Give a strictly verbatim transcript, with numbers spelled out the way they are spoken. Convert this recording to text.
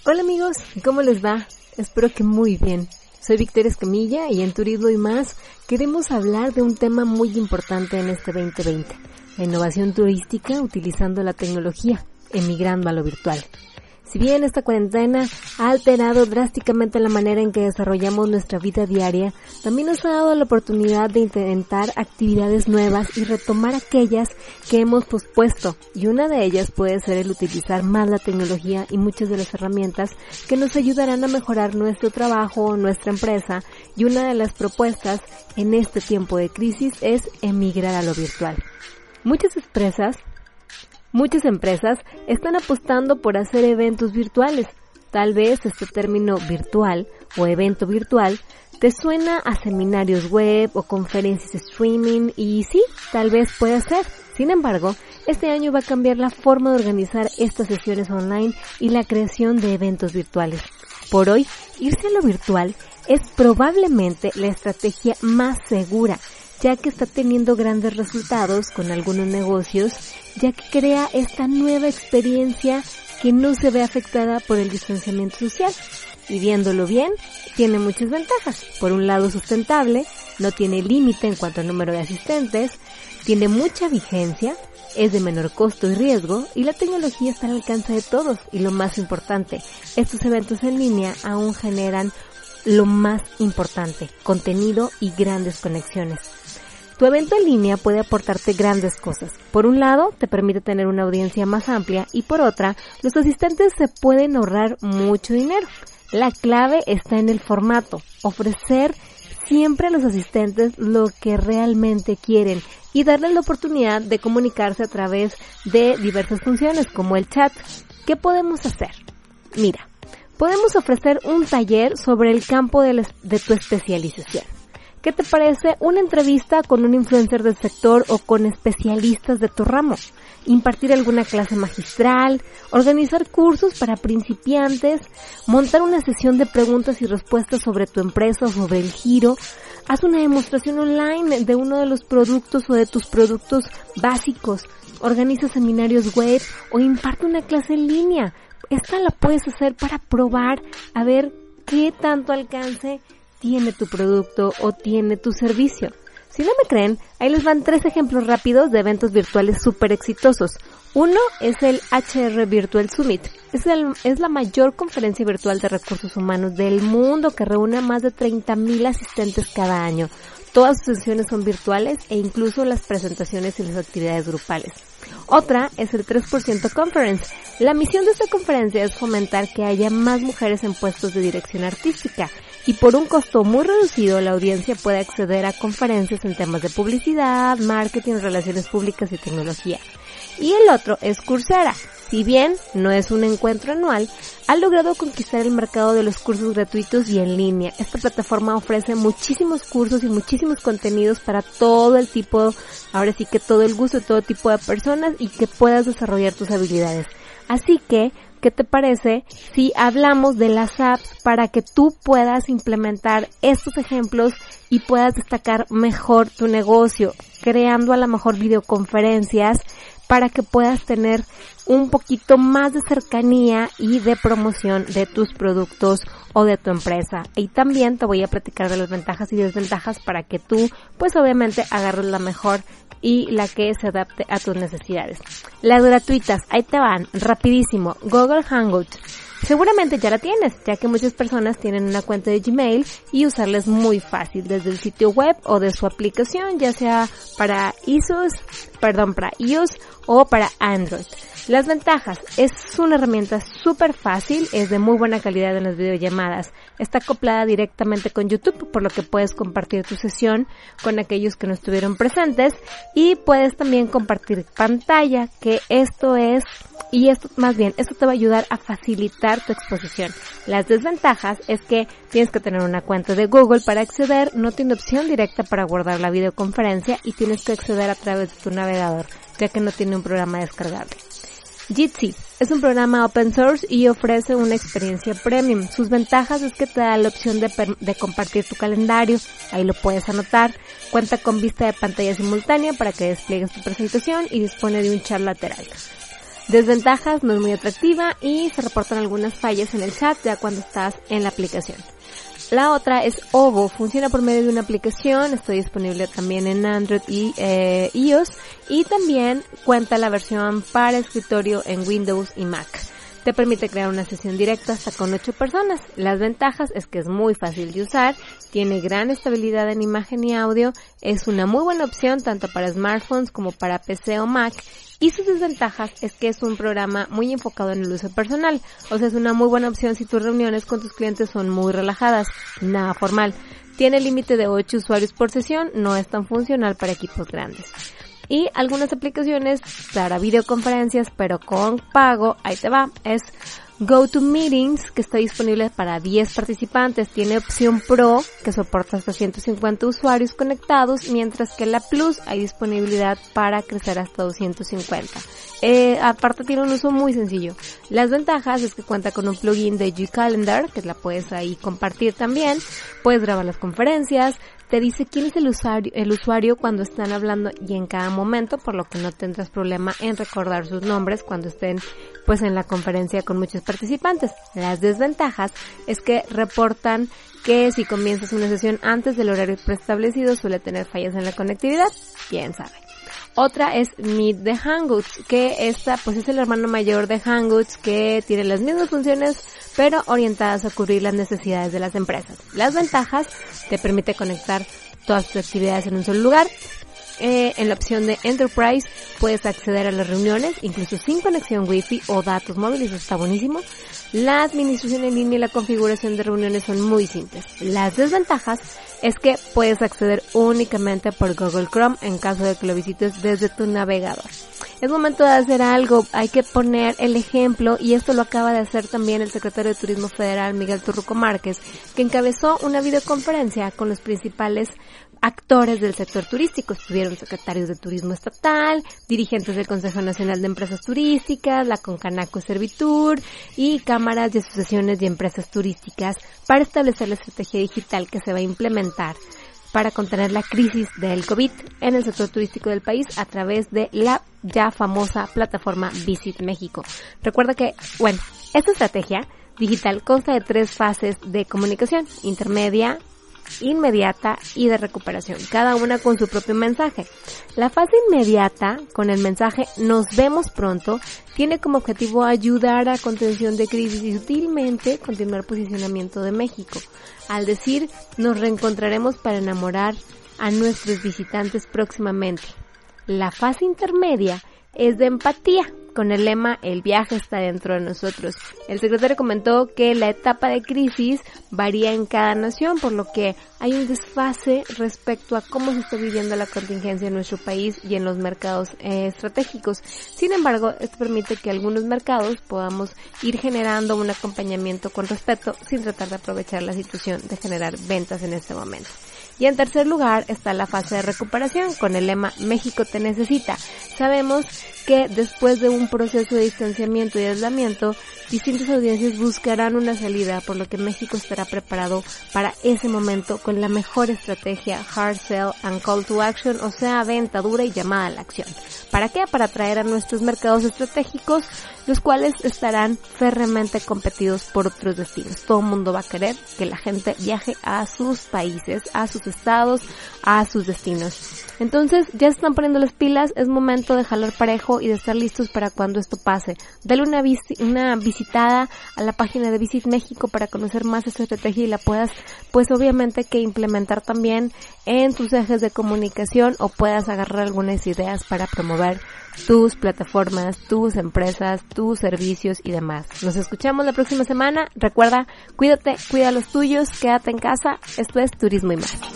Hola amigos, ¿cómo les va? Espero que muy bien. Soy Victoria Escamilla y en Turismo y Más queremos hablar de un tema muy importante en este veinte veinte, la innovación turística utilizando la tecnología, emigrando a lo virtual. Si bien esta cuarentena ha alterado drásticamente la manera en que desarrollamos nuestra vida diaria, también nos ha dado la oportunidad de intentar actividades nuevas y retomar aquellas que hemos pospuesto, y una de ellas puede ser el utilizar más la tecnología y muchas de las herramientas que nos ayudarán a mejorar nuestro trabajo o nuestra empresa, y una de las propuestas en este tiempo de crisis es emigrar a lo virtual. Muchas empresas Muchas empresas están apostando por hacer eventos virtuales. Tal vez este término virtual o evento virtual te suena a seminarios web o conferencias streaming y sí, tal vez puede ser. Sin embargo, este año va a cambiar la forma de organizar estas sesiones online y la creación de eventos virtuales. Por hoy, irse a lo virtual es probablemente la estrategia más segura, ya que está teniendo grandes resultados con algunos negocios, ya que crea esta nueva experiencia que no se ve afectada por el distanciamiento social. Y viéndolo bien, tiene muchas ventajas. Por un lado, sustentable, no tiene límite en cuanto al número de asistentes, tiene mucha vigencia, es de menor costo y riesgo, y la tecnología está al alcance de todos. Y lo más importante, estos eventos en línea aún generan lo más importante, contenido y grandes conexiones. Tu evento en línea puede aportarte grandes cosas. Por un lado, te permite tener una audiencia más amplia y por otra, los asistentes se pueden ahorrar mucho dinero. La clave está en el formato, ofrecer siempre a los asistentes lo que realmente quieren y darles la oportunidad de comunicarse a través de diversas funciones como el chat. ¿Qué podemos hacer? Mira, podemos ofrecer un taller sobre el campo de, la, de tu especialización. ¿Qué te parece una entrevista con un influencer del sector o con especialistas de tu ramo? Impartir alguna clase magistral, organizar cursos para principiantes, montar una sesión de preguntas y respuestas sobre tu empresa o sobre el giro. Haz una demostración online de uno de los productos o de tus productos básicos. Organiza seminarios web o imparte una clase en línea. Esta la puedes hacer para probar a ver qué tanto alcance tiene tu producto o tiene tu servicio. Si no me creen, ahí les van tres ejemplos rápidos de eventos virtuales súper exitosos. Uno es el H R Virtual Summit. Es, el, es la mayor conferencia virtual de recursos humanos del mundo que reúne a más de treinta mil asistentes cada año. Todas sus sesiones son virtuales e incluso las presentaciones y las actividades grupales. Otra es el tres por ciento Conference. La misión de esta conferencia es fomentar que haya más mujeres en puestos de dirección artística y por un costo muy reducido la audiencia puede acceder a conferencias en temas de publicidad, marketing, relaciones públicas y tecnología. Y el otro es Coursera. Si bien no es un encuentro anual, ha logrado conquistar el mercado de los cursos gratuitos y en línea. Esta plataforma ofrece muchísimos cursos y muchísimos contenidos para todo el tipo, ahora sí que todo el gusto de todo tipo de personas y que puedas desarrollar tus habilidades. Así que, ¿qué te parece si hablamos de las apps para que tú puedas implementar estos ejemplos y puedas destacar mejor tu negocio, creando a lo mejor videoconferencias para que puedas tener un poquito más de cercanía y de promoción de tus productos o de tu empresa? Y también te voy a platicar de las ventajas y desventajas para que tú, pues obviamente, agarres la mejor y la que se adapte a tus necesidades. Las gratuitas, ahí te van, rapidísimo. Google Hangouts. Seguramente ya la tienes, ya que muchas personas tienen una cuenta de Gmail y usarla es muy fácil desde el sitio web o de su aplicación, ya sea para iOS, perdón, para iOS o para Android. Las ventajas, es una herramienta súper fácil, es de muy buena calidad en las videollamadas, está acoplada directamente con YouTube, por lo que puedes compartir tu sesión con aquellos que no estuvieron presentes y puedes también compartir pantalla, que esto es, y esto más bien, esto te va a ayudar a facilitar tu exposición. Las desventajas es que tienes que tener una cuenta de Google para acceder, no tiene opción directa para guardar la videoconferencia y tienes que acceder a través de tu navegador, ya que no tiene un programa descargable. Jitsi es un programa open source y ofrece una experiencia premium. Sus ventajas es que te da la opción de, de compartir tu calendario, ahí lo puedes anotar, cuenta con vista de pantalla simultánea para que despliegues tu presentación y dispone de un chat lateral. Desventajas: no es muy atractiva y se reportan algunas fallas en el chat ya cuando estás en la aplicación. La otra es Ovo, funciona por medio de una aplicación, está disponible también en Android y eh, iOS, y también cuenta la versión para escritorio en Windows y Mac. Te permite crear una sesión directa hasta con ocho personas. Las ventajas es que es muy fácil de usar, tiene gran estabilidad en imagen y audio, es una muy buena opción tanto para smartphones como para P C o Mac. Y sus desventajas es que es un programa muy enfocado en el uso personal, o sea, es una muy buena opción si tus reuniones con tus clientes son muy relajadas, nada formal. Tiene límite de ocho usuarios por sesión, no es tan funcional para equipos grandes. Y algunas aplicaciones para videoconferencias, pero con pago, ahí te va, es GoToMeetings, que está disponible para diez participantes. Tiene opción Pro, que soporta hasta ciento cincuenta usuarios conectados, mientras que la Plus hay disponibilidad para crecer hasta doscientos cincuenta. Eh, aparte tiene un uso muy sencillo. Las ventajas es que cuenta con un plugin de G-Calendar, que la puedes ahí compartir también. Puedes grabar las conferencias. Te dice quién es el usuario, el usuario cuando están hablando y en cada momento, por lo que no tendrás problema en recordar sus nombres cuando estén pues en la conferencia con muchos participantes. Las desventajas es que reportan que si comienzas una sesión antes del horario preestablecido suele tener fallas en la conectividad, quién sabe. Otra es Meet de Hangouts, que esta pues es el hermano mayor de Hangouts, que tiene las mismas funciones pero orientadas a cubrir las necesidades de las empresas. Las ventajas: te permite conectar todas tus actividades en un solo lugar. Eh, en la opción de Enterprise puedes acceder a las reuniones incluso sin conexión Wi-Fi o datos móviles, eso está buenísimo. La administración en línea y la configuración de reuniones son muy simples. Las desventajas es que puedes acceder únicamente por Google Chrome en caso de que lo visites desde tu navegador. Es momento de hacer algo, hay que poner el ejemplo, y esto lo acaba de hacer también el secretario de Turismo Federal, Miguel Torruco Márquez, que encabezó una videoconferencia con los principales actores del sector turístico. Estuvieron secretarios de Turismo Estatal, dirigentes del Consejo Nacional de Empresas Turísticas, la Concanaco Servitur y cámaras y asociaciones de empresas turísticas para establecer la estrategia digital que se va a implementar para contener la crisis del COVID en el sector turístico del país a través de la ya famosa plataforma Visit México. Recuerda que, bueno, esta estrategia digital consta de tres fases de comunicación: intermedia, inmediata y de recuperación, cada una con su propio mensaje. La fase inmediata, con el mensaje "nos vemos pronto", tiene como objetivo ayudar a contención de crisis y sutilmente continuar posicionamiento de México, al decir "nos reencontraremos para enamorar a nuestros visitantes próximamente". La fase intermedia es de empatía, con el lema "el viaje está dentro de nosotros". El secretario comentó que la etapa de crisis varía en cada nación, por lo que hay un desfase respecto a cómo se está viviendo la contingencia en nuestro país y en los mercados eh, estratégicos. Sin embargo, esto permite que algunos mercados podamos ir generando un acompañamiento con respeto, sin tratar de aprovechar la situación de generar ventas en este momento. Y en tercer lugar está la fase de recuperación, con el lema "México te necesita". Sabemos que después de un proceso de distanciamiento y aislamiento, distintas audiencias buscarán una salida, por lo que México estará preparado para ese momento con la mejor estrategia hard sell and call to action, o sea, venta dura y llamada a la acción. ¿Para qué? Para atraer a nuestros mercados estratégicos, los cuales estarán férreamente competidos por otros destinos. Todo el mundo va a querer que la gente viaje a sus países, a sus estados, a sus destinos. Entonces, ya se están poniendo las pilas, es momento de jalar parejo y de estar listos para cuando esto pase. Dale una, vis- una visitada a la página de Visit México para conocer más esta estrategia y la puedas, pues obviamente que implementar también en tus ejes de comunicación, o puedas agarrar algunas ideas para promover tus plataformas, tus empresas, tus servicios y demás. Nos escuchamos la próxima semana. Recuerda, cuídate, cuida a los tuyos, quédate en casa. Esto es Turismo y Más.